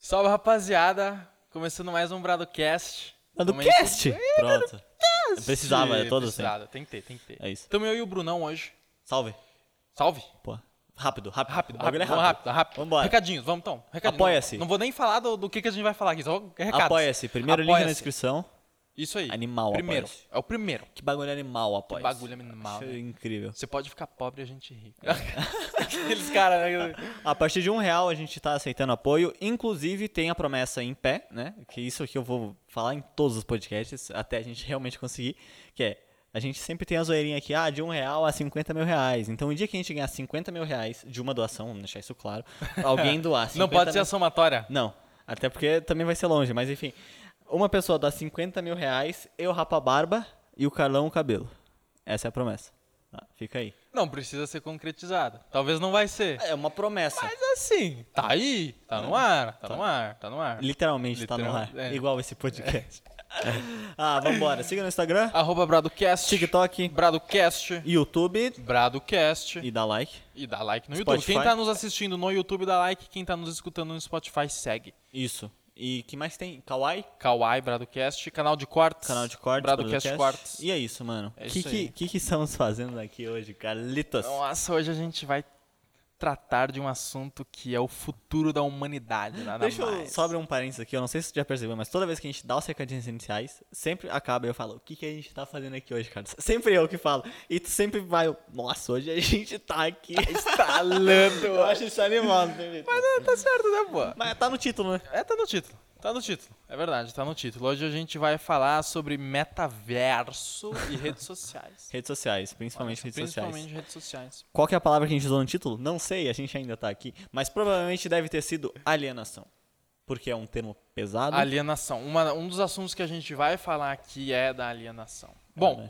Salve, rapaziada. Começando mais um Bradocast. Bradocast? Pronto. Eu precisava, todos assim. Tem que ter. É isso. Tamo eu e o Brunão hoje. Salve. Salve. Pô, rápido. Rápido. Vamos embora. Recadinhos, vamos então. Recadinhos. Apoia-se. Não vou nem falar do que a gente vai falar aqui, só recados. Apoia-se. Primeiro link na descrição. Isso aí. Animal, primeiro. Apoia-se. É o primeiro. Que bagulho animal, apoia-se. Bagulho animal. Acho né? incrível. Você pode ficar pobre e a gente rico. Aqueles caras, né? A partir de R$1 a gente tá aceitando apoio. Inclusive tem a promessa em pé, né? Que isso aqui eu vou falar em todos os podcasts, até a gente realmente conseguir. Que é, a gente sempre tem a zoeirinha aqui, de R$1 a 50 mil reais. Então, o dia que a gente ganhar 50 mil reais de uma doação, vamos deixar isso claro, alguém doar 50 Não pode ser a somatória. Não, até porque também vai ser longe, mas enfim. Uma pessoa dá 50 mil reais, eu rapo a barba e o Carlão o cabelo. Essa é a promessa. Fica aí. Não precisa ser concretizada. Talvez não vai ser. É uma promessa. Mas assim, tá aí, tá no ar. Literalmente tá no ar. É. Igual esse podcast. Vambora. Siga no Instagram, @Bradocast, TikTok, Bradocast, YouTube Bradocast e dá like. e dá like no Spotify. YouTube. Quem tá nos assistindo no YouTube dá like, quem tá nos escutando no Spotify segue. Isso. E que mais tem? Kawaii? Kawaii, Bradocast, canal de cortes. Bradocast Cortes. E é isso, mano. É O isso aí. que estamos fazendo aqui hoje, Carlitos? Nossa, hoje a gente vai tratar de um assunto que é o futuro da humanidade, nada Deixa eu mais. só abrir um parênteses aqui, eu não sei se você já percebeu, mas toda vez que a gente dá os recadinhos iniciais, sempre acaba e eu falo, o que a gente tá fazendo aqui hoje, cara? Sempre eu que falo. E tu sempre vai, nossa, hoje a gente tá aqui instalando. Eu acho isso animal, não tem jeito. Mas tá certo, né, pô? Mas tá no título, né? Tá no título. É verdade, tá no título. Hoje a gente vai falar sobre metaverso e redes sociais. Redes sociais, principalmente redes sociais. Qual que é a palavra que a gente usou no título? Não sei, a gente ainda tá aqui. Mas provavelmente deve ter sido alienação. Porque é um termo pesado. Alienação. Um dos assuntos que a gente vai falar aqui é da alienação. Bom,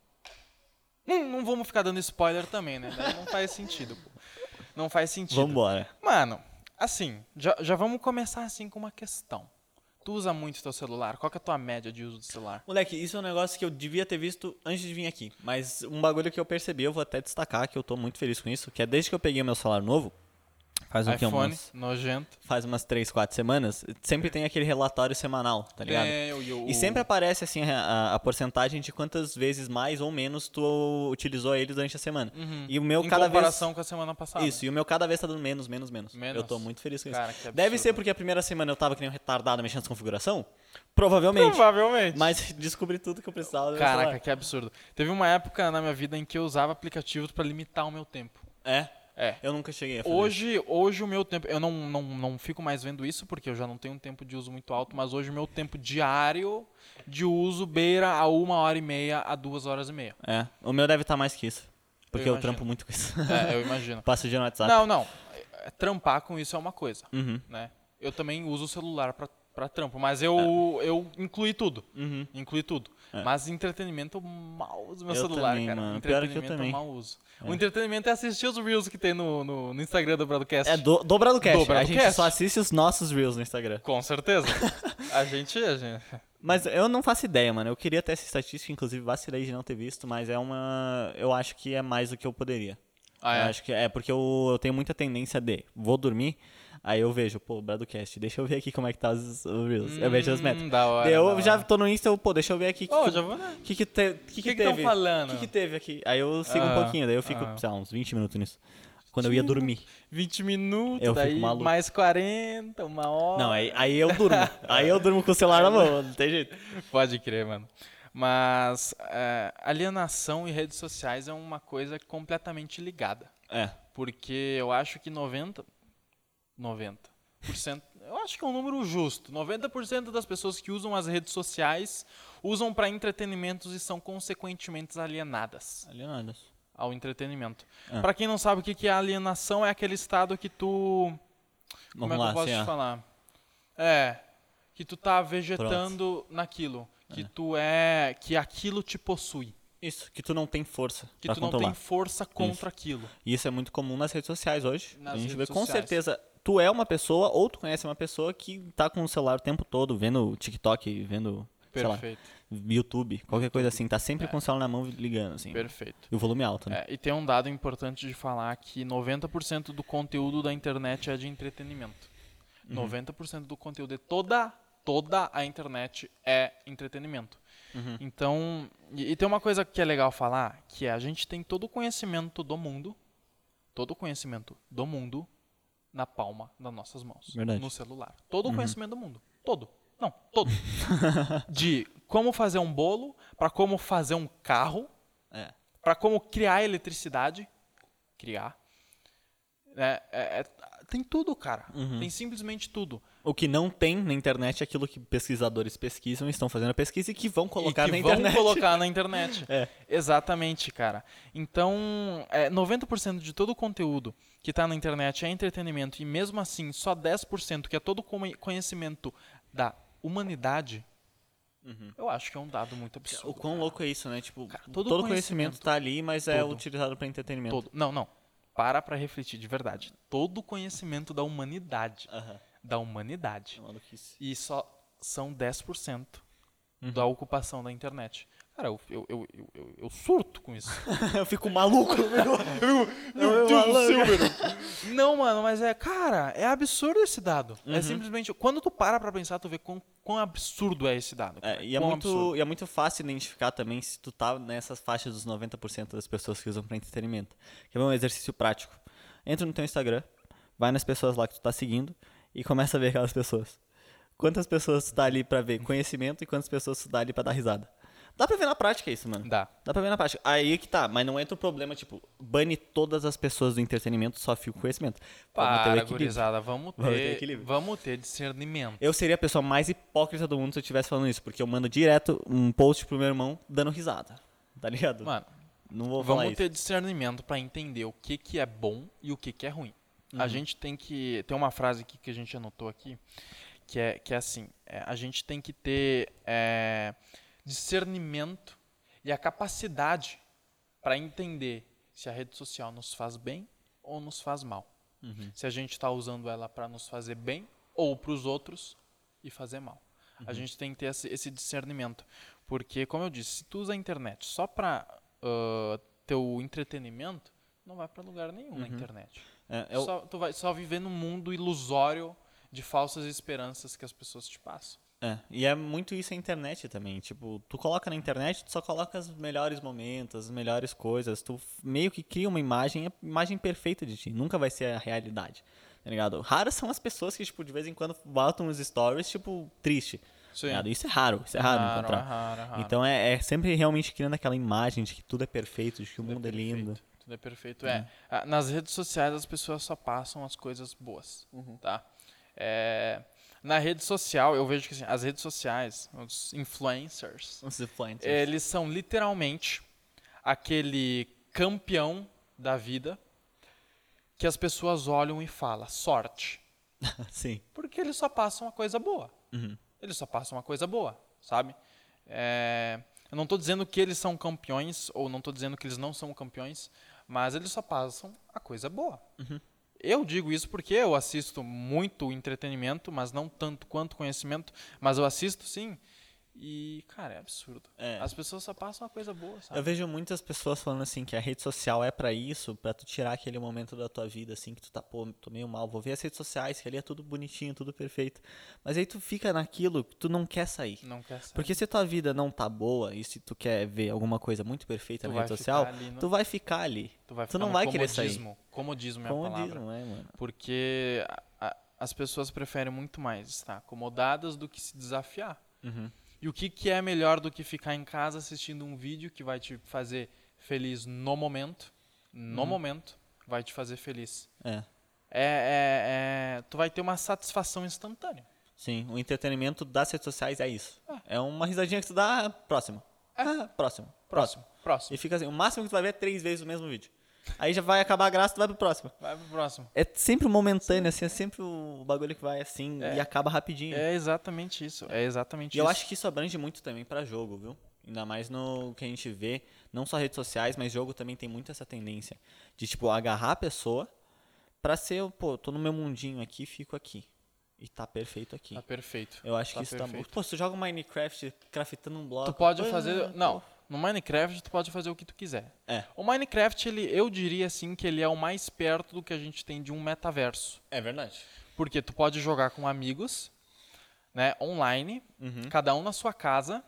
não vamos ficar dando spoiler também, né? Daí não faz sentido, pô. Não faz sentido. Vambora. Mano, assim, já vamos começar assim com uma questão. Tu usa muito teu celular? Qual que é a tua média de uso do celular? Moleque, isso é um negócio que eu devia ter visto antes de vir aqui. Mas um bagulho que eu percebi, eu vou até destacar, que eu tô muito feliz com isso, que é desde que eu peguei meu celular novo, faz iPhone, nojento. Faz umas 3, 4 semanas, sempre tem aquele relatório semanal, tá ligado? E sempre aparece assim a porcentagem de quantas vezes mais ou menos tu utilizou ele durante a semana. E o meu em cada vez... comparação com a semana passada. Isso, e o meu cada vez tá dando menos. Eu tô muito feliz com isso. Deve ser porque a primeira semana eu tava que nem um retardado mexendo na configuração? Provavelmente. Mas descobri tudo que eu precisava do meu celular. Caraca, que absurdo. Teve uma época na minha vida em que eu usava aplicativos pra limitar o meu tempo. É? É. Eu nunca cheguei a fazer Hoje o meu tempo... Eu não fico mais vendo isso, porque eu já não tenho um tempo de uso muito alto, mas hoje o meu tempo diário de uso beira a 1h30 a 2h30. É, o meu deve estar mais que isso. Porque eu imagino. trampo muito com isso. Eu imagino. Passo o dia no WhatsApp. Não. Trampar com isso é uma coisa, né? Eu também uso o celular pra trampo, mas eu incluí tudo. Incluí tudo. Mas entretenimento eu mal uso meu celular, também, cara. Mano. Entretenimento Pior que eu também. mal uso. O entretenimento é assistir os Reels que tem no Instagram do Bradocast. É do Bradocast. A gente Bradocast. só assiste os nossos Reels no Instagram. Com certeza. A gente... Mas eu não faço ideia, mano. Eu queria ter essa estatística, inclusive vacilei de não ter visto, mas eu acho que é mais do que eu poderia. Ah, é? Eu acho que porque eu tenho muita tendência vou dormir, aí eu vejo, Bradocast, deixa eu ver aqui como é que tá os Reels. Eu vejo as metas. Da hora, eu já tô no Insta, deixa eu ver aqui. Já vou, né? O que teve? estão falando? O que teve aqui? Aí eu sigo um pouquinho, daí eu fico, sei lá, uns 20 minutos nisso. Quando eu ia dormir. 20 minutos, eu daí fico maluco. mais 40, 1h. Não, aí eu durmo. Aí eu durmo com o celular na mão, não tem jeito. Pode crer, mano. Mas alienação e redes sociais é uma coisa completamente ligada. É. Porque eu acho que 90%, eu acho que é um número justo. 90% das pessoas que usam as redes sociais usam para entretenimentos e são consequentemente alienadas ao entretenimento. Para quem não sabe o que é alienação, é aquele estado que tu... Como é que eu posso te falar? Que tu tá vegetando naquilo. Que aquilo te possui. Isso, que tu não tem força que pra tu controlar. não tem força contra aquilo. E isso é muito comum nas redes sociais hoje. Nas a gente redes vê com sociais. certeza, tu é uma pessoa ou tu conhece uma pessoa que tá com o celular o tempo todo, vendo TikTok, vendo, sei lá, YouTube, qualquer coisa assim, tá sempre com o celular na mão ligando, assim. Perfeito. E o volume alto, né? E tem um dado importante de falar que 90% do conteúdo da internet é de entretenimento. 90% do conteúdo de toda a internet é entretenimento. Então, e tem uma coisa que é legal falar, que é a gente tem todo o conhecimento do mundo na palma das nossas mãos, no celular. Todo o conhecimento do mundo. Todo. De como fazer um bolo, para como fazer um carro, para como criar eletricidade. Tem tudo, cara. Tem simplesmente tudo. O que não tem na internet é aquilo que pesquisadores pesquisam, estão fazendo a pesquisa e que vão colocar na internet. Vão colocar na internet. Exatamente, cara. Então, 90% de todo o conteúdo que está na internet é entretenimento e mesmo assim só 10% que é todo conhecimento da humanidade, eu acho que é um dado muito absurdo. O quão louco é isso, né? Tipo, cara, todo conhecimento tá ali, mas é utilizado para entretenimento. Não. Para refletir de verdade. Todo o conhecimento da humanidade. Da humanidade. E só são 10% da ocupação da internet. Cara, eu surto com isso. Eu fico maluco. Meu Deus do céu, velho. Não, mano, mas cara, é absurdo esse dado. É simplesmente... Quando tu pra pensar, tu vê quão absurdo é esse dado. E é muito fácil identificar também se tu tá nessas faixas dos 90% das pessoas que usam pra entretenimento. Que é um exercício prático. Entra no teu Instagram, vai nas pessoas lá que tu tá seguindo e começa a ver aquelas pessoas. Quantas pessoas tu tá ali pra ver conhecimento e quantas pessoas tu tá ali pra dar risada. Dá pra ver na prática isso, mano. Dá pra ver na prática. Aí que tá, mas não entra o problema, tipo, bane todas as pessoas do entretenimento, só fica o conhecimento. Para, gurizada, vamos ter discernimento. Eu seria a pessoa mais hipócrita do mundo se eu estivesse falando isso, porque eu mando direto um post pro meu irmão dando risada. Tá ligado? Mano, não vou falar vamos ter discernimento pra entender o que é bom e o que é ruim. A gente tem que... Tem uma frase aqui que a gente anotou aqui, que é assim, a gente tem que ter... discernimento e a capacidade para entender se a rede social nos faz bem ou nos faz mal. Se a gente está usando ela para nos fazer bem ou para os outros e fazer mal. A gente tem que ter esse discernimento. Porque, como eu disse, se tu usa a internet só para teu entretenimento, não vai para lugar nenhum na internet. Tu vai só viver num mundo ilusório de falsas esperanças que as pessoas te passam. E é muito isso a internet também. Tipo, tu coloca na internet, tu só coloca os melhores momentos, as melhores coisas. Tu meio que cria uma imagem, a imagem perfeita de ti. Nunca vai ser a realidade, tá ligado? Raras são as pessoas que, tipo, de vez em quando botam os stories, tipo, triste. Sim. Tá, isso é raro encontrar. Raro. Então é sempre realmente criando aquela imagem de que tudo é perfeito, de que o mundo é lindo. Tudo é perfeito, Nas redes sociais as pessoas só passam as coisas boas, tá? Na rede social, eu vejo que assim, as redes sociais, os influencers, eles são literalmente aquele campeão da vida que as pessoas olham e falam, sorte. Sim. Porque eles só passam uma coisa boa. Eles só passam uma coisa boa, sabe? Eu não estou dizendo que eles são campeões, ou não estou dizendo que eles não são campeões, mas eles só passam a coisa boa. Eu digo isso porque eu assisto muito entretenimento, mas não tanto quanto conhecimento, mas eu assisto sim. E, cara, é absurdo. As pessoas só passam uma coisa boa, sabe? Eu vejo muitas pessoas falando assim que a rede social é pra isso, pra tu tirar aquele momento da tua vida, assim, que tu tá, pô, tô meio mal, vou ver as redes sociais, que ali é tudo bonitinho, tudo perfeito. Mas aí tu fica naquilo que tu não quer sair. Não quer sair. Porque se tua vida não tá boa, e se tu quer ver alguma coisa muito perfeita na rede social, tu vai ficar ali. Tu não vai querer sair. Comodismo é a palavra. Mano. Porque as pessoas preferem muito mais estar acomodadas do que se desafiar. E o que é melhor do que ficar em casa assistindo um vídeo que vai te fazer feliz no momento? No momento, vai te fazer feliz. Tu vai ter uma satisfação instantânea. Sim, o entretenimento das redes sociais é isso. É uma risadinha que tu dá, próximo. Próximo. E fica assim, o máximo que tu vai ver é 3 vezes o mesmo vídeo. Aí já vai acabar a graça, tu vai pro próximo. É sempre momentâneo, assim, é sempre o bagulho que vai assim e acaba rapidinho. É exatamente isso, E eu acho que isso abrange muito também pra jogo, viu? Ainda mais no que a gente vê, não só redes sociais, mas jogo também tem muito essa tendência de, tipo, agarrar a pessoa pra ser, pô, tô no meu mundinho aqui, fico aqui. E tá perfeito aqui. Tá perfeito. Eu acho que isso tá muito. Pô, se tu joga Minecraft craftando um bloco... Tu pode fazer... Não. No Minecraft, tu pode fazer o que tu quiser. O Minecraft, eu diria assim que ele é o mais perto do que a gente tem de um metaverso. É verdade. Porque tu pode jogar com amigos, né, online, cada um na sua casa,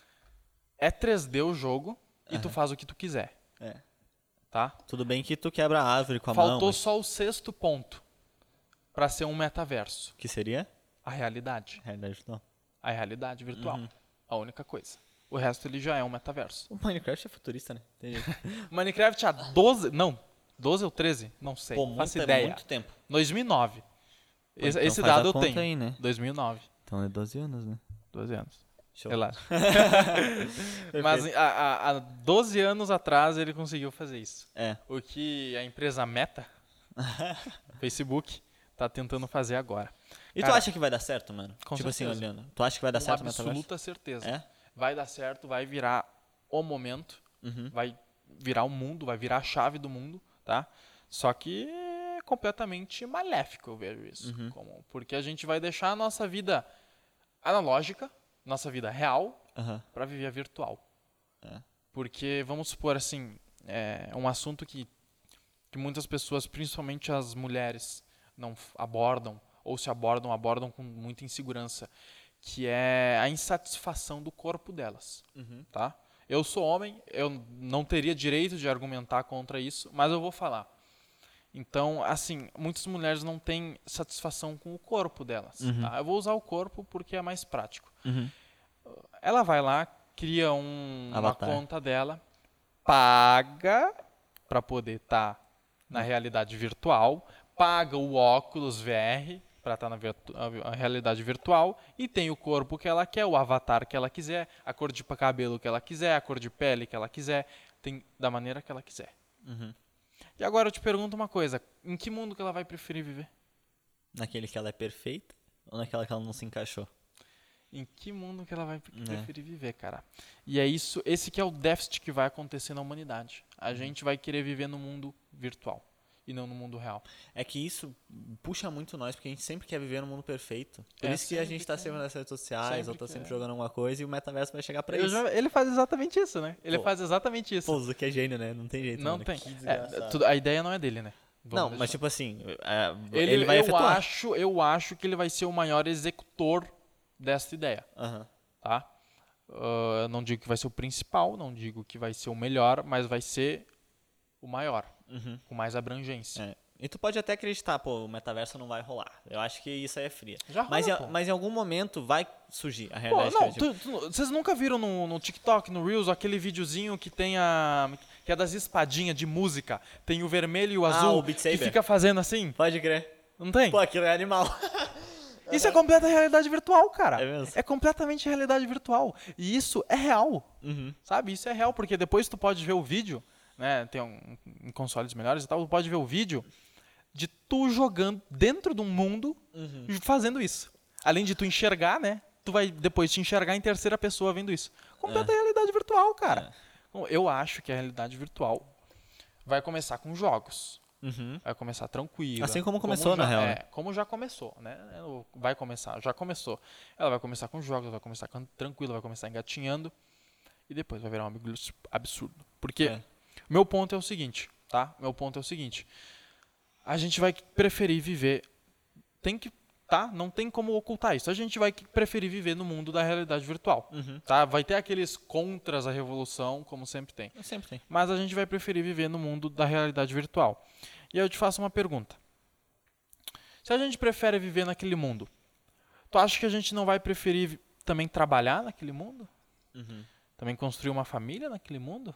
é 3D o jogo e tu faz o que tu quiser. Tá? Tudo bem que tu quebra a árvore com a mão. Faltou só o 6º ponto para ser um metaverso. Que seria? A realidade. Realidade virtual. A realidade virtual. A única coisa. O resto ele já é um metaverso. O Minecraft é futurista, né? Entendi. Minecraft há 12... Não, 12 ou 13? Não sei. Pô, faço ideia. Muito tempo. 2009. Então esse dado eu tenho. Aí, né? 2009. Então é 12 anos, né? 12 anos. Show. Relaxa. Mas há 12 anos atrás ele conseguiu fazer isso. O que a empresa Meta, Facebook, tá tentando fazer agora. E tu acha que vai dar certo, mano? Com tipo certeza. assim, olhando. Tu acha que vai dar certo o metaverso? Com absoluta certeza. Vai dar certo, vai virar o momento, vai virar o mundo, vai virar a chave do mundo, tá? Só que é completamente maléfico, eu vejo isso. Porque a gente vai deixar a nossa vida analógica, nossa vida real, para viver a virtual. Porque, vamos supor assim, é um assunto que muitas pessoas, principalmente as mulheres, não abordam, ou se abordam com muita insegurança, que é a insatisfação do corpo delas. Tá? Eu sou homem, eu não teria direito de argumentar contra isso, mas eu vou falar. Então, assim, muitas mulheres não têm satisfação com o corpo delas. Tá? Eu vou usar o corpo porque é mais prático. Ela vai lá, cria uma conta dela, paga para poder estar na realidade virtual, paga o óculos VR para estar na realidade virtual e tem o corpo que ela quer, o avatar que ela quiser, a cor de cabelo que ela quiser, a cor de pele que ela quiser, tem da maneira que ela quiser. E agora eu te pergunto uma coisa, em que mundo que ela vai preferir viver? Naquele que ela é perfeita ou naquela que ela não se encaixou? Em que mundo que ela vai preferir viver, cara? E é isso, esse que é o déficit que vai acontecer na humanidade. A gente vai querer viver no mundo virtual e não no mundo real. É que isso puxa muito nós, porque a gente sempre quer viver no mundo perfeito. Por isso que a gente tá sempre nas redes sociais, ou tá sempre jogando alguma coisa, e o metaverso vai chegar pra isso. Ele faz exatamente isso, né? Ele faz exatamente isso. Pô, o Zuck é gênio, né? Não tem jeito. Não mano. tem. A ideia não é dele, né? Não, mas tipo assim, ele vai efetuar. Eu acho que ele vai ser o maior executor dessa ideia. Tá? Não digo que vai ser o principal, não digo que vai ser o melhor, mas vai ser o maior, com mais abrangência. E tu pode até acreditar, pô, o metaverso não vai rolar. Eu acho que isso aí é fria. Já rola, mas em algum momento vai surgir a realidade. Vocês nunca viram no TikTok, no Reels, aquele videozinho que tem que é das espadinhas de música. Tem o vermelho e o azul, o Beat Saber. que fica fazendo assim? Pode crer. Não tem? Pô, aquilo é animal. Isso é completa realidade virtual, cara. É mesmo? É completamente realidade virtual. E isso é real. Sabe? Isso é real, porque depois tu pode ver o vídeo, né? Tem em consoles melhores e tal, tu pode ver o vídeo de tu jogando dentro de um mundo fazendo isso. Além de tu enxergar, né? Tu vai depois te enxergar em terceira pessoa vendo isso. Completa realidade virtual, cara. Eu acho que a realidade virtual vai começar com jogos. Vai começar tranquila. Assim como começou, na real. Como já começou, né? Vai começar, já começou. Ela vai começar com jogos, vai começar tranquila, vai começar engatinhando. E depois vai virar um absurdo. Porque meu ponto é o seguinte, tá? Meu ponto é o seguinte. A gente vai preferir viver... Não tem como ocultar isso. A gente vai preferir viver no mundo da realidade virtual. Tá? Vai ter aqueles contras à revolução, como sempre tem. Sempre tem. Mas a gente vai preferir viver no mundo da realidade virtual. E aí eu te faço uma pergunta. Se a gente prefere viver naquele mundo, tu acha que a gente não vai preferir também trabalhar naquele mundo? Também construir uma família naquele mundo?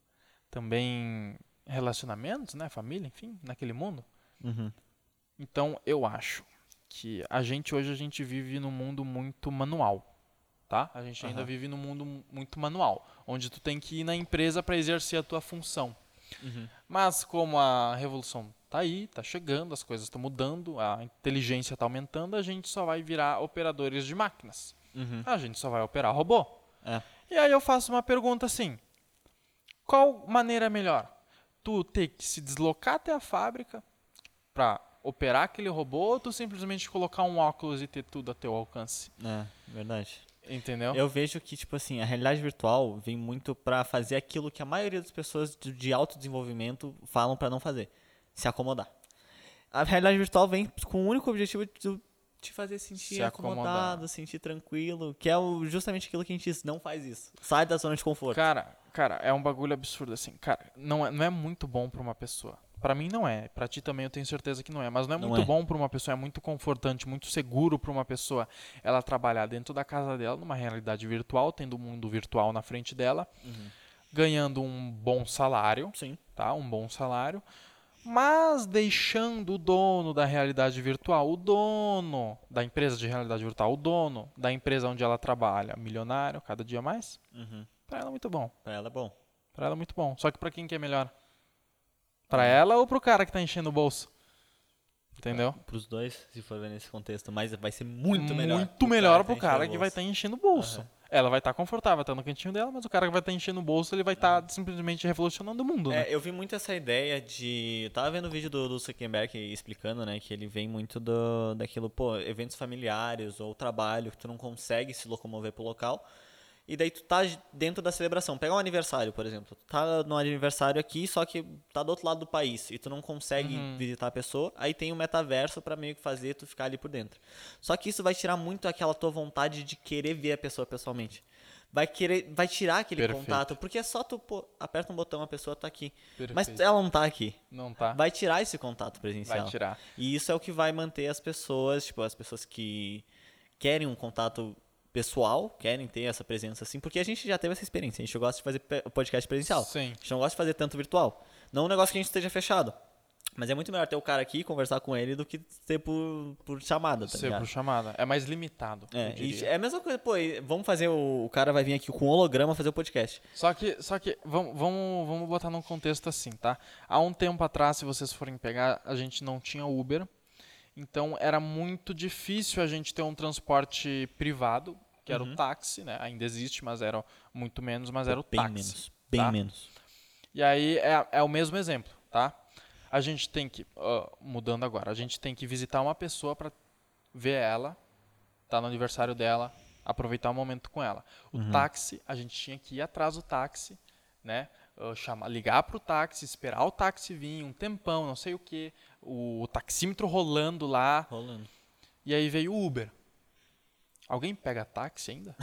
Também relacionamentos, né? Família, enfim, naquele mundo? Então, eu acho que hoje a gente vive num mundo muito manual, tá? A gente ainda vive num mundo muito manual, onde tu tem que ir na empresa para exercer a tua função. Mas como a revolução tá aí, tá chegando, as coisas estão mudando, a inteligência tá aumentando, a gente só vai virar operadores de máquinas. A gente só vai operar robô. E aí eu faço uma pergunta assim, qual maneira é melhor? Tu ter que se deslocar até a fábrica para operar aquele robô ou tu simplesmente colocar um óculos e ter tudo a teu alcance? Verdade. Entendeu? Eu vejo que, tipo assim, a realidade virtual vem muito pra fazer aquilo que a maioria das pessoas de autodesenvolvimento falam pra não fazer. Se acomodar. A realidade virtual vem com o único objetivo de te fazer sentir Se acomodar. acomodado, sentir tranquilo, que é justamente aquilo que a gente diz, não faz isso. Sai da zona de conforto. Cara, é um bagulho absurdo, assim. Cara, não é muito bom pra uma pessoa. Pra mim não é. Pra ti também eu tenho certeza que não é. Mas não é muito bom pra uma pessoa, é muito confortante, muito seguro pra uma pessoa ela trabalhar dentro da casa dela, numa realidade virtual, tendo o mundo virtual na frente dela, ganhando um bom salário, Sim. tá? Um bom salário. Mas deixando o dono da realidade virtual, o dono da empresa de realidade virtual, o dono da empresa onde ela trabalha, milionário, cada dia mais, pra ela é muito bom. Pra ela é bom. Pra ela é muito bom. Só que pra quem que é melhor? Pra ela ou pro cara que tá enchendo o bolso? Entendeu? Pros dois, se for ver nesse contexto, mas vai ser muito melhor. Muito melhor pro cara que vai estar enchendo o bolso. Ela vai estar confortável, tá no cantinho dela, mas o cara que vai estar enchendo o bolso, ele vai estar simplesmente revolucionando o mundo, né? Eu vi muito essa ideia de... Eu tava vendo o vídeo do Zuckerberg explicando, né, que ele vem muito daquilo, pô, eventos familiares ou trabalho, que tu não consegue se locomover pro local, e daí tu tá dentro da celebração. Pega um aniversário, por exemplo. Tu tá no aniversário aqui, só que tá do outro lado do país, e tu não consegue visitar a pessoa, aí tem o metaverso pra meio que fazer tu ficar ali por dentro. Só que isso vai tirar muito aquela tua vontade de querer ver a pessoa pessoalmente. Vai tirar aquele contato, porque é só tu, pô, aperta um botão, a pessoa tá aqui. Perfeito. Mas ela não tá aqui. Não tá? Vai tirar esse contato presencial. Vai tirar. E isso é o que vai manter as pessoas, tipo, as pessoas que querem um contato pessoal, querem ter essa presença assim, porque a gente já teve essa experiência, a gente gosta de fazer podcast presencial. Sim. A gente não gosta de fazer tanto virtual. Não um negócio que a gente esteja fechado. Mas é muito melhor ter o cara aqui, conversar com ele, do que ser por chamada, tá ligado? Ser por chamada. É mais limitado. É a mesma coisa, pô, vamos fazer o cara vai vir aqui com um holograma fazer o podcast. Só que vamos botar num contexto assim, tá? Há um tempo atrás, se vocês forem pegar, a gente não tinha Uber. Então era muito difícil a gente ter um transporte privado, que era o táxi, né? Ainda existe, mas era muito menos, mas era o táxi. Bem menos. E aí é o mesmo exemplo, tá? A gente tem que, mudando agora, a gente tem que visitar uma pessoa para ver ela, tá no aniversário dela, aproveitar o momento com ela. O táxi, a gente tinha que ir atrás do táxi, né? Ligar pro táxi, esperar o táxi vir, um tempão, não sei o que, o taxímetro rolando lá. E aí veio o Uber. Alguém pega táxi ainda?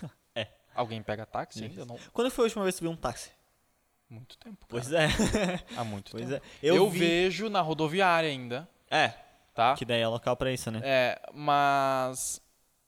Alguém pega táxi ainda? Não. Quando foi a última vez que tu viu um táxi? Muito tempo, cara. Pois é. Há muito tempo. É. Eu vejo na rodoviária ainda. Tá? Que daí é local pra isso, né? Mas...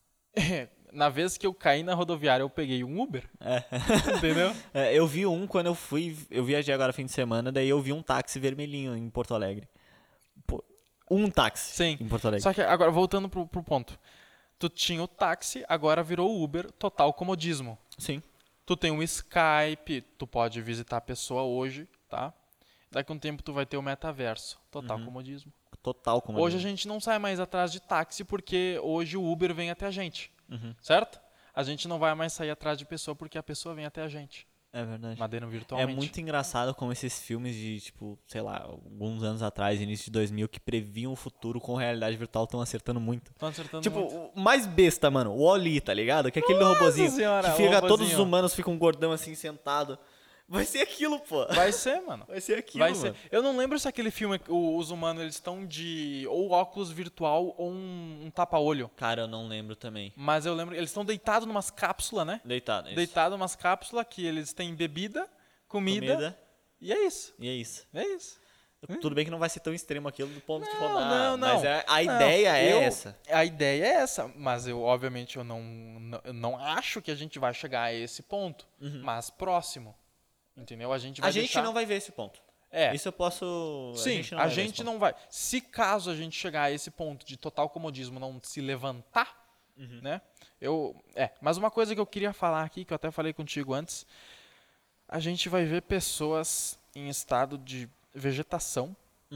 na vez que eu caí na rodoviária, eu peguei um Uber. Entendeu? Eu vi um quando eu viajei agora fim de semana, daí eu vi um táxi vermelhinho em Porto Alegre. Pô, um táxi Sim. em Porto Alegre. Só que agora, voltando pro ponto. Tu tinha o táxi, agora virou o Uber, total comodismo. Sim. Tu tem um Skype, tu pode visitar a pessoa hoje, tá? Daqui a um tempo tu vai ter o metaverso, total comodismo. Total comodismo. Hoje a gente não sai mais atrás de táxi porque hoje o Uber vem até a gente, certo? A gente não vai mais sair atrás de pessoa porque a pessoa vem até a gente. É verdade. Madeira virtualmente. É muito engraçado como esses filmes de, tipo, sei lá, alguns anos atrás, início de 2000, que previam o futuro com realidade virtual, estão acertando muito. Estão acertando tipo, muito. o mais besta, mano, o Wall-E, tá ligado? Que é aquele do robozinho. Senhora, que fica, o todos os robozinho. humanos ficam gordão assim, sentado. Vai ser aquilo, pô. Vai ser, mano. Vai ser aquilo, Vai ser. mano. Eu não lembro se aquele filme, os humanos, eles estão de ou óculos virtual ou um tapa-olho. Cara, eu não lembro também. Mas eu lembro, eles estão deitados numas cápsulas, né? Deitado, isso. Deitados numas cápsulas que eles têm bebida, comida. E é isso. E é isso. É isso. Tudo bem que não vai ser tão extremo aquilo do ponto de rodar. Não. Mas a ideia é essa. A ideia é essa, mas obviamente, eu não acho que a gente vai chegar a esse ponto, mas próximo. Entendeu? A gente vai não vai ver esse ponto. Isso eu posso... Sim, a gente não vai. Se caso a gente chegar a esse ponto de total comodismo não se levantar, né? Mas uma coisa que eu queria falar aqui, que eu até falei contigo antes, a gente vai ver pessoas em estado de vegetação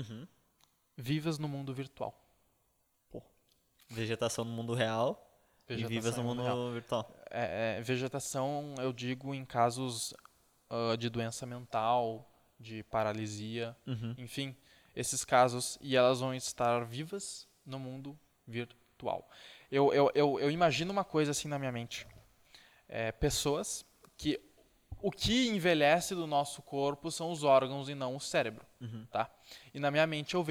vivas no mundo virtual. Pô, vegetação no mundo real e vivas no mundo virtual. Vegetação, eu digo, em casos de doença mental, de paralisia, enfim, esses casos, e elas vão estar vivas no mundo virtual. Eu imagino uma coisa assim na minha mente. Pessoas que o que envelhece do nosso corpo são os órgãos e não o cérebro, tá? E na minha mente eu vejo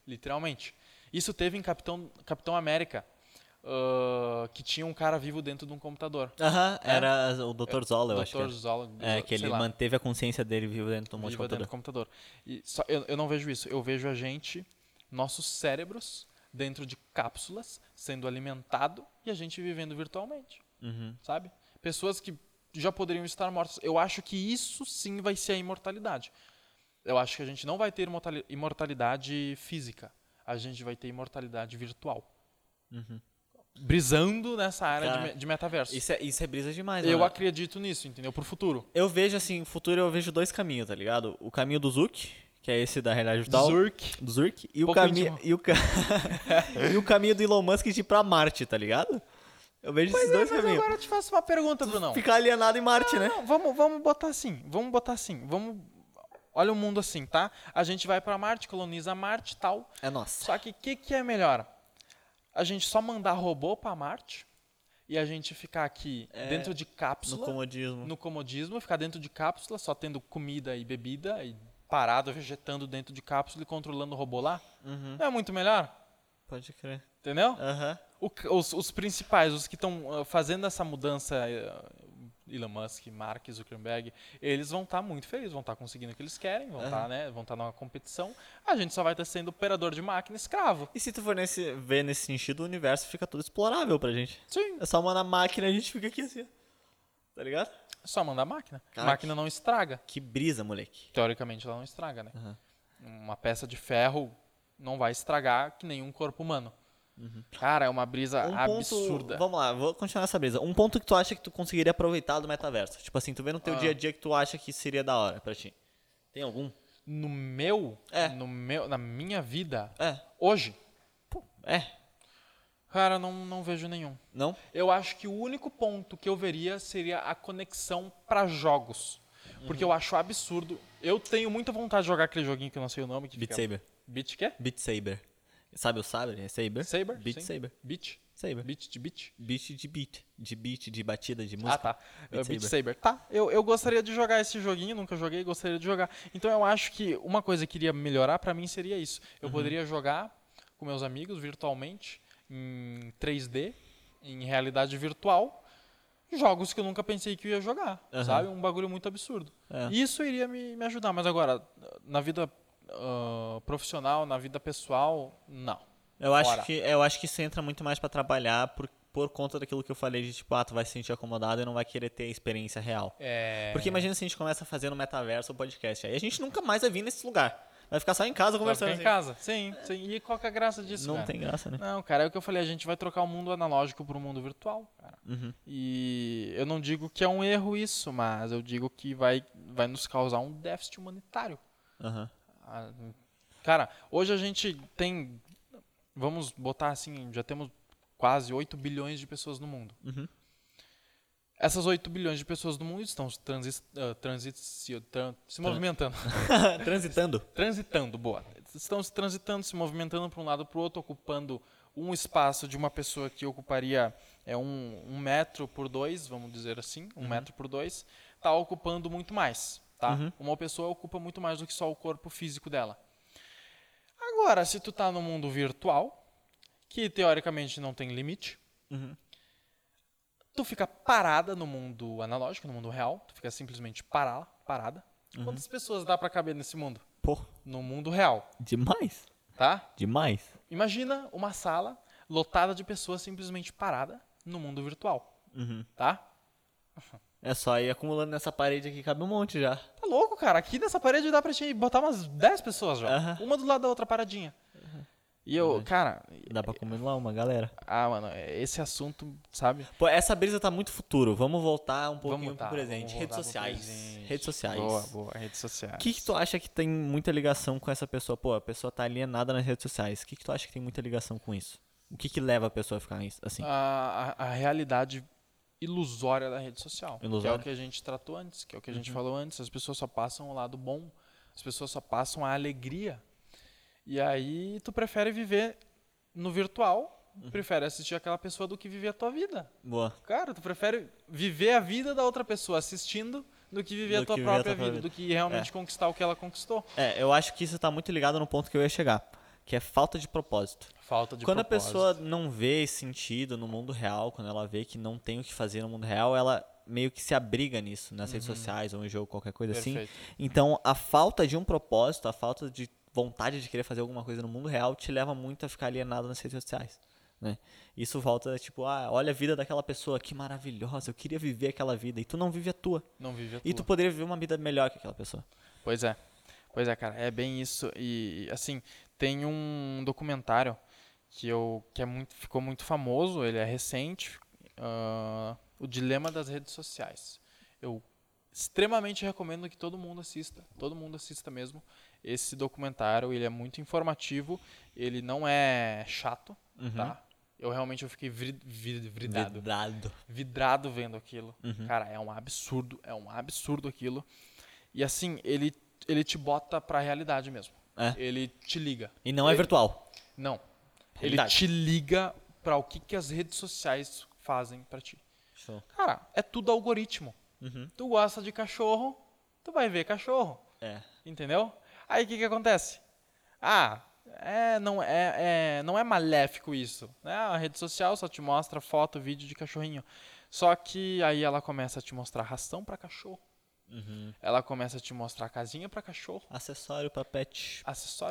Literalmente. Isso teve em Capitão América, que tinha um cara vivo dentro de um computador. Era o Dr. Zola, eu acho que Dr. Zola. que ele manteve a consciência dele vivo dentro de um Viva dentro do computador. E eu não vejo isso. Eu vejo a gente, nossos cérebros, dentro de cápsulas, sendo alimentado e a gente vivendo virtualmente. Sabe? Pessoas que já poderiam estar mortas. Eu acho que isso sim vai ser a imortalidade. Eu acho que a gente não vai ter imortalidade física. A gente vai ter imortalidade virtual. Brisando nessa área de metaverso. Isso é brisa demais, Eu acredito nisso, entendeu? Pro futuro. Eu vejo assim, futuro eu vejo dois caminhos, tá ligado? O caminho do Zuck, que é esse da realidade virtual. Do Zurk. E o caminho e o caminho do Elon Musk de ir pra Marte, tá ligado? Eu vejo esses dois caminhos. Agora eu te faço uma pergunta, Brunão. Ficar alienado em Marte, né? Não, vamos botar assim. Olha o mundo assim, tá? A gente vai pra Marte, coloniza Marte e tal. É nossa. Só que o que é melhor? A gente só mandar robô pra Marte e a gente ficar aqui dentro de cápsula. No comodismo, ficar dentro de cápsula, só tendo comida e bebida e parado, vegetando dentro de cápsula e controlando o robô lá? Não é muito melhor? Pode crer. Entendeu? Os principais, os que estão fazendo essa mudança, Elon Musk, Mark Zuckerberg, eles vão estar muito felizes, vão estar conseguindo o que eles querem, vão estar numa competição. A gente só vai estar sendo operador de máquina, escravo. E se tu for ver nesse sentido, o universo fica tudo explorável pra gente. Sim. É só mandar máquina e a gente fica aqui assim, tá ligado? É só mandar máquina. A Caraca. máquina não estraga. Que brisa, moleque. Teoricamente ela não estraga, né? Uma peça de ferro não vai estragar que nenhum corpo humano. Cara, é uma brisa absurda. Vamos lá, vou continuar essa brisa. Um ponto que tu acha que tu conseguiria aproveitar do metaverso. Tipo assim, tu vê no teu dia a dia que tu acha que seria da hora pra ti. Tem algum? Na minha vida, É. hoje, É. cara, não vejo nenhum. Não? Eu acho que o único ponto que eu veria seria a conexão pra jogos. Porque eu acho absurdo. Eu tenho muita vontade de jogar aquele joguinho que eu não sei o nome. Beat Saber. Beat quê? Beat Saber. Sabe o saber? É Saber? Saber? Beat Sim. Saber. Beat? Saber. Beat de beat? Beat de beat. De beat, de batida, de música. Ah, tá. Beat Saber. Tá, eu gostaria de jogar esse joguinho, nunca joguei, gostaria de jogar. Então eu acho que uma coisa que iria melhorar pra mim seria isso. Eu poderia jogar com meus amigos virtualmente, em 3D, em realidade virtual, jogos que eu nunca pensei que eu ia jogar, sabe? Um bagulho muito absurdo. Isso iria me ajudar, mas agora, na vida profissional, na vida pessoal, não. Eu acho que isso entra muito mais pra trabalhar por conta daquilo que eu falei de tipo, tu vai se sentir acomodado e não vai querer ter a experiência real. Porque imagina se a gente começa a fazer no metaverso o podcast, aí a gente nunca mais vai vir nesse lugar. Vai ficar só em casa conversando. Vai ficar em casa, sim. E qual que é a graça disso, Não cara? tem graça, né? Não, cara, é o que eu falei, a gente vai trocar o mundo analógico pro mundo virtual, cara. E eu não digo que é um erro isso, mas eu digo que vai nos causar um déficit humanitário. Cara, hoje a gente tem, vamos botar assim, já temos quase 8 bilhões de pessoas no mundo. Essas 8 bilhões de pessoas no mundo estão se movimentando. Transitando, boa. Estão se transitando, se movimentando para um lado para o outro, ocupando um espaço de uma pessoa que ocuparia 1 metro por 2, vamos dizer assim, 1 metro por 2, está ocupando muito mais. Tá? Uma pessoa ocupa muito mais do que só o corpo físico dela. Agora, se tu tá no mundo virtual, que teoricamente não tem limite, tu fica parada no mundo analógico, no mundo real, tu fica simplesmente parada. Quantas pessoas dá pra caber nesse mundo? Pô. No mundo real. Demais. Tá? Demais. Imagina uma sala lotada de pessoas simplesmente parada no mundo virtual. Tá? É só ir acumulando nessa parede aqui, cabe um monte já. Tá louco, cara. Aqui nessa parede dá pra gente botar umas 10 pessoas já. Uma do lado da outra paradinha. E eu, cara... Dá pra comer lá uma galera. Mano, esse assunto, sabe? Pô, essa brisa tá muito futuro. Vamos voltar um pouquinho pro presente. Redes sociais. Redes sociais. Boa, redes sociais. O que tu acha que tem muita ligação com essa pessoa? Pô, a pessoa tá alienada nas redes sociais. O que tu acha que tem muita ligação com isso? O que leva a pessoa a ficar assim? A realidade ilusória da rede social. Que é o que a gente tratou antes, que é o que a gente falou antes. As pessoas só passam o lado bom, as pessoas só passam a alegria. E aí tu prefere viver no virtual, prefere assistir aquela pessoa do que viver a tua vida. Boa. Cara, tu prefere viver a vida da outra pessoa assistindo do que viver a tua própria vida, do que realmente conquistar o que ela conquistou. Eu acho que isso tá muito ligado no ponto que eu ia chegar. que é falta de propósito. Falta de Quando propósito. a pessoa não vê sentido no mundo real, quando ela vê que não tem o que fazer no mundo real, ela meio que se abriga nisso, nas redes sociais ou em jogo, qualquer coisa Perfeito. assim. Então, a falta de um propósito, a falta de vontade de querer fazer alguma coisa no mundo real te leva muito a ficar alienado nas redes sociais, né? Isso volta, tipo, olha a vida daquela pessoa, que maravilhosa, eu queria viver aquela vida, e tu não vive a tua. Não vive a tua. E tu poderia viver uma vida melhor que aquela pessoa. Pois é, cara, é bem isso. E assim, tem um documentário ficou muito famoso, ele é recente, O Dilema das Redes Sociais. Eu extremamente recomendo que todo mundo assista mesmo. Esse documentário, ele é muito informativo, ele não é chato, tá? Eu fiquei vidrado vendo aquilo. Cara, é um absurdo aquilo. E assim, ele te bota pra realidade mesmo. Ele te liga. E não é virtual. Não. Realidade. Ele te liga pra o que as redes sociais fazem pra ti. Show. Cara, é tudo algoritmo. Tu gosta de cachorro, tu vai ver cachorro. Entendeu? Aí o que acontece? Não é maléfico isso, né? A rede social só te mostra foto, vídeo de cachorrinho. Só que aí ela começa a te mostrar ração pra cachorro. Ela começa a te mostrar casinha pra cachorro. Acessório pra pet.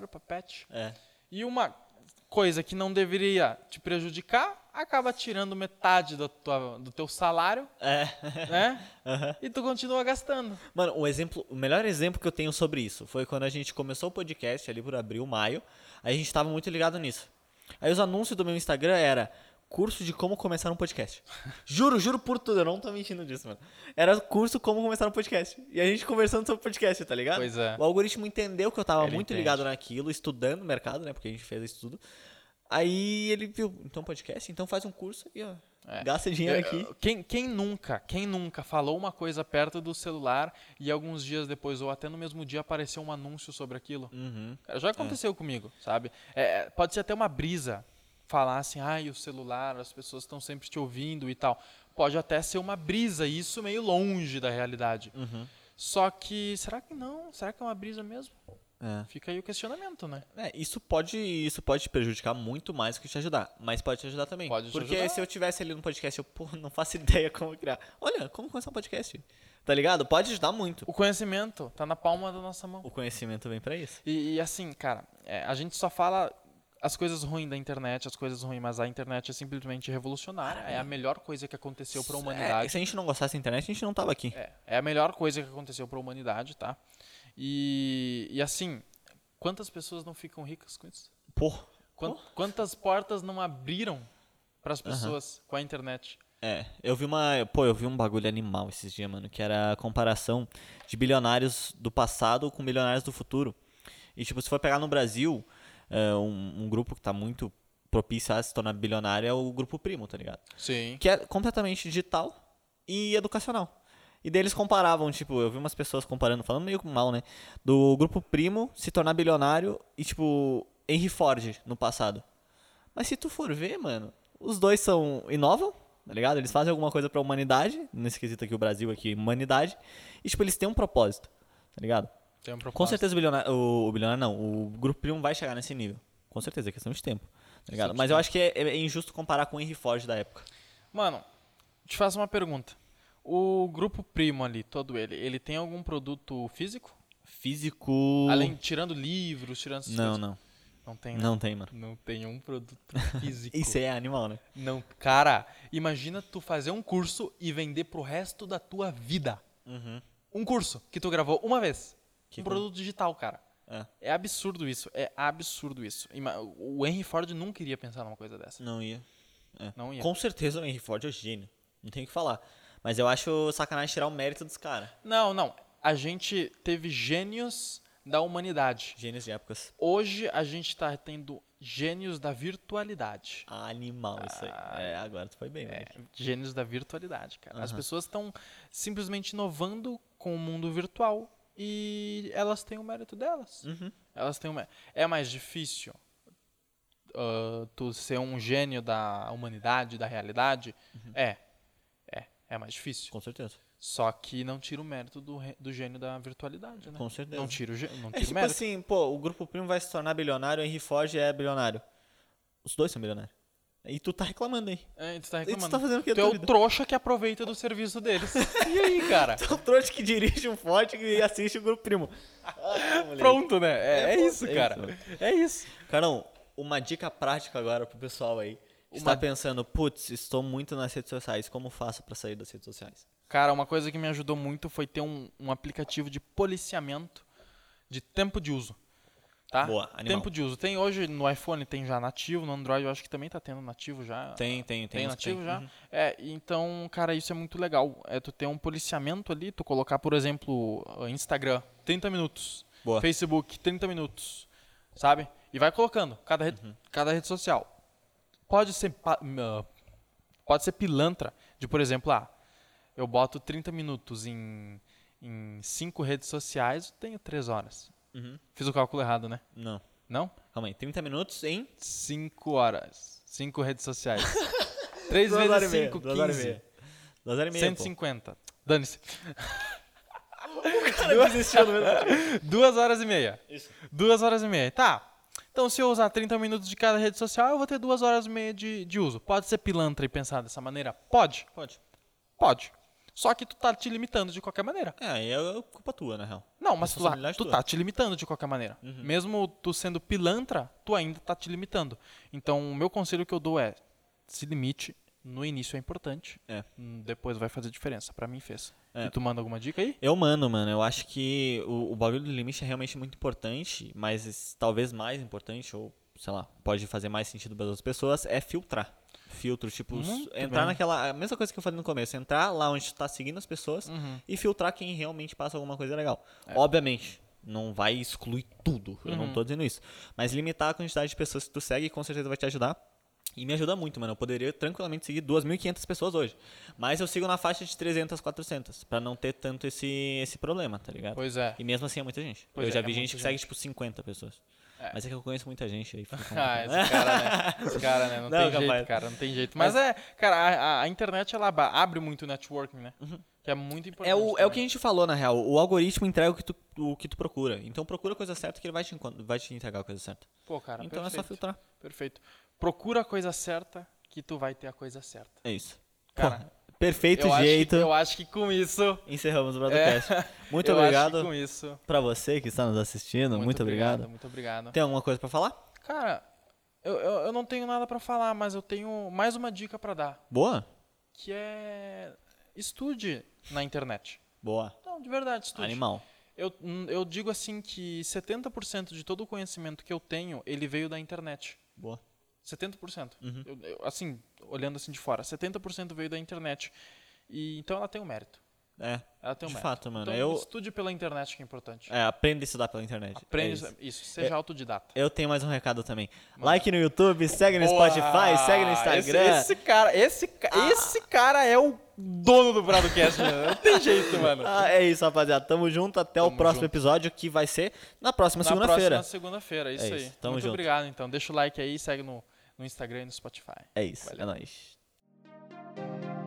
E uma coisa que não deveria te prejudicar, acaba tirando metade do teu salário, né? E tu continua gastando. Mano, o melhor exemplo que eu tenho sobre isso foi quando a gente começou o podcast ali por abril, maio. Aí a gente tava muito ligado nisso. Aí os anúncios do meu Instagram era curso de como começar um podcast. Juro por tudo, eu não tô mentindo disso, mano. Era curso como começar um podcast. E a gente conversando sobre podcast, tá ligado? Pois é. O algoritmo entendeu que eu tava Ele muito entende. ligado naquilo, estudando o mercado, né? Porque a gente fez isso tudo. Aí ele viu, então podcast, então faz um curso e ó, gasta dinheiro aqui. Quem nunca falou uma coisa perto do celular e alguns dias depois, ou até no mesmo dia, apareceu um anúncio sobre aquilo? Cara, já aconteceu comigo, sabe? Pode ser até uma brisa falar assim, o celular, as pessoas estão sempre te ouvindo e tal. Pode até ser uma brisa, isso meio longe da realidade. Só que, será que não? Será que é uma brisa mesmo? Fica aí o questionamento, né? Isso pode te prejudicar muito mais do que te ajudar. Mas pode te ajudar também. Porque ajudar. se eu tivesse ali no podcast, eu não faço ideia como criar. Olha, como começar um podcast. Tá ligado? Pode ajudar muito. O conhecimento tá na palma da nossa mão. O conhecimento vem pra isso. E assim, cara, a gente só fala as coisas ruins da internet, mas a internet é simplesmente revolucionária. É a melhor coisa que aconteceu pra humanidade. Se a gente não gostasse da internet, a gente não tava aqui. É a melhor coisa que aconteceu pra humanidade, tá? E assim, quantas pessoas não ficam ricas com isso? Quantas portas não abriram pras pessoas com a internet? Eu vi um bagulho animal esses dias, mano, que era a comparação de bilionários do passado com bilionários do futuro. E tipo, se for pegar no Brasil, um grupo que tá muito propício a se tornar bilionário é o Grupo Primo, tá ligado? Sim. Que é completamente digital e educacional. E daí eles comparavam, tipo, eu vi umas pessoas comparando, falando meio mal, né? Do Grupo Primo se tornar bilionário e, tipo, Henry Ford no passado. Mas se tu for ver, mano, os dois inovam, tá ligado? Eles fazem alguma coisa pra humanidade, nesse quesito aqui, o Brasil aqui, humanidade. E, tipo, eles têm um propósito, tá ligado? Tem um propósito. Com certeza o Grupo Primo vai chegar nesse nível. Com certeza, é questão de tempo, tá ligado? Mas eu acho que é injusto comparar com o Henry Ford da época. Mano, te faço uma pergunta. O Grupo Primo ali, todo ele tem algum produto físico? Físico... Tirando livros, tirando essas Não, coisas? não. Não tem, né? Não tem, mano. Não tem um produto físico. Isso é animal, né? Não, cara, imagina tu fazer um curso e vender pro resto da tua vida. Um curso que tu gravou uma vez. Produto digital, cara. É absurdo isso. O Henry Ford nunca iria pensar numa coisa dessa. Não ia. Não ia. Com certeza o Henry Ford é gênio. Não tem o que falar. Mas eu acho sacanagem tirar o mérito dos caras. Não. A gente teve gênios da humanidade. Gênios de épocas. Hoje a gente tá tendo gênios da virtualidade. Animal isso aí. Agora tu foi bem, velho. Gênios da virtualidade, cara. As pessoas estão simplesmente inovando com o mundo virtual e elas têm o mérito delas. Elas têm É mais difícil tu ser um gênio da humanidade, da realidade? É mais difícil. Com certeza. Só que não tira o mérito do gênio da virtualidade, né? Com certeza. Não tira o É tipo mérito. assim, pô, o Grupo Primo vai se tornar bilionário, o Henry Ford é bilionário. Os dois são bilionários. E tu tá reclamando aí. Tu tá E reclamando. tu tá fazendo o que Tu é o trouxa que aproveita do serviço deles. E aí, cara? Tu é o trouxa que dirige um Ford e assiste o Grupo Primo. Pronto, né? É isso, cara. Isso. É isso. Carão, uma dica prática agora pro pessoal aí. Está pensando, putz, estou muito nas redes sociais, como faço pra sair das redes sociais? Cara, uma coisa que me ajudou muito foi ter um aplicativo de policiamento de tempo de uso. Tá? Boa, animal. Tempo de uso. Tem hoje no iPhone, tem já nativo, no Android eu acho que também tá tendo nativo já. Tem nativo já? Uhum. Então, cara, isso é muito legal. Tu ter um policiamento ali, tu colocar, por exemplo, Instagram, 30 minutos. Boa. Facebook, 30 minutos. Sabe? E vai colocando, cada rede social. Pode ser pilantra de, por exemplo, eu boto 30 minutos em 5 redes sociais, eu tenho 3 horas. Fiz o cálculo errado, né? Não. Não? Calma aí, 30 minutos em 5 horas. 5 redes sociais. 3 vezes 5, 15. 2 horas e meia, 150. Dane-se. O cara desistiu no mesmo. 2 horas e meia. Isso. 2 horas e meia. Tá. Então, se eu usar 30 minutos de cada rede social, eu vou ter 2 horas e meia de uso. Pode ser pilantra e pensar dessa maneira? Pode. Pode. Só que tu tá te limitando de qualquer maneira. Aí é culpa tua, na real. Não, mas tu tá te limitando de qualquer maneira. Mesmo tu sendo pilantra, tu ainda tá te limitando. Então, o meu conselho que eu dou é, se limite. No início é importante. Depois vai fazer diferença. Pra mim fez. E tu manda alguma dica aí? Eu mando, mano. Eu acho que o bagulho do limite é realmente muito importante, mas talvez mais importante, ou sei lá, pode fazer mais sentido para outras pessoas, é filtrar. Filtro, tipo, entrar naquela. A mesma coisa que eu falei no começo, entrar lá onde tu tá seguindo as pessoas e filtrar quem realmente passa alguma coisa legal. Obviamente, não vai excluir tudo, eu não tô dizendo isso. Mas limitar a quantidade de pessoas que tu segue com certeza vai te ajudar. E me ajuda muito, mano. Eu poderia tranquilamente seguir 2.500 pessoas hoje. Mas eu sigo na faixa de 300, 400. Pra não ter tanto esse problema, tá ligado? Pois é. E mesmo assim é muita gente. Eu já vi gente que segue, tipo, 50 pessoas. Mas é que eu conheço muita gente aí. Esse cara, né? Não tem jeito, cara. Não tem jeito. Mas cara, a internet, ela abre muito networking, né? Que é muito importante. É o que a gente falou, na real. O algoritmo entrega o que tu procura. Então procura a coisa certa que ele vai te entregar a coisa certa. Pô, cara, então é só filtrar. Perfeito. Procura a coisa certa que tu vai ter a coisa certa. É isso. Cara, perfeito jeito. Eu acho que com isso encerramos o broadcast. Muito obrigado. Acho que com isso. Pra você que está nos assistindo, muito obrigado. Muito obrigado. Tem alguma coisa pra falar? Cara, eu não tenho nada pra falar, mas eu tenho mais uma dica pra dar. Boa. Que é estude na internet. Boa. Não, de verdade, estude. Animal. Eu digo assim que 70% de todo o conhecimento que eu tenho, ele veio da internet. Boa. 70%. Assim, olhando assim de fora, 70% veio da internet. Então ela tem um mérito. Ela tem um mérito. Fato, mano. Então estude pela internet, que é importante. Aprenda a estudar pela internet. Isso, seja autodidata. Eu tenho mais um recado também. Like no YouTube, segue no Spotify, segue no Instagram. Esse cara é o dono do Broadcast, mano. Não tem jeito, mano. É isso, rapaziada. Tamo junto. Até o próximo episódio, que vai ser na próxima segunda-feira. Na próxima segunda-feira, isso aí. Tamo Muito junto. obrigado, então. Deixa o like aí, segue no Instagram e no Spotify. É isso. Valeu. É nóis.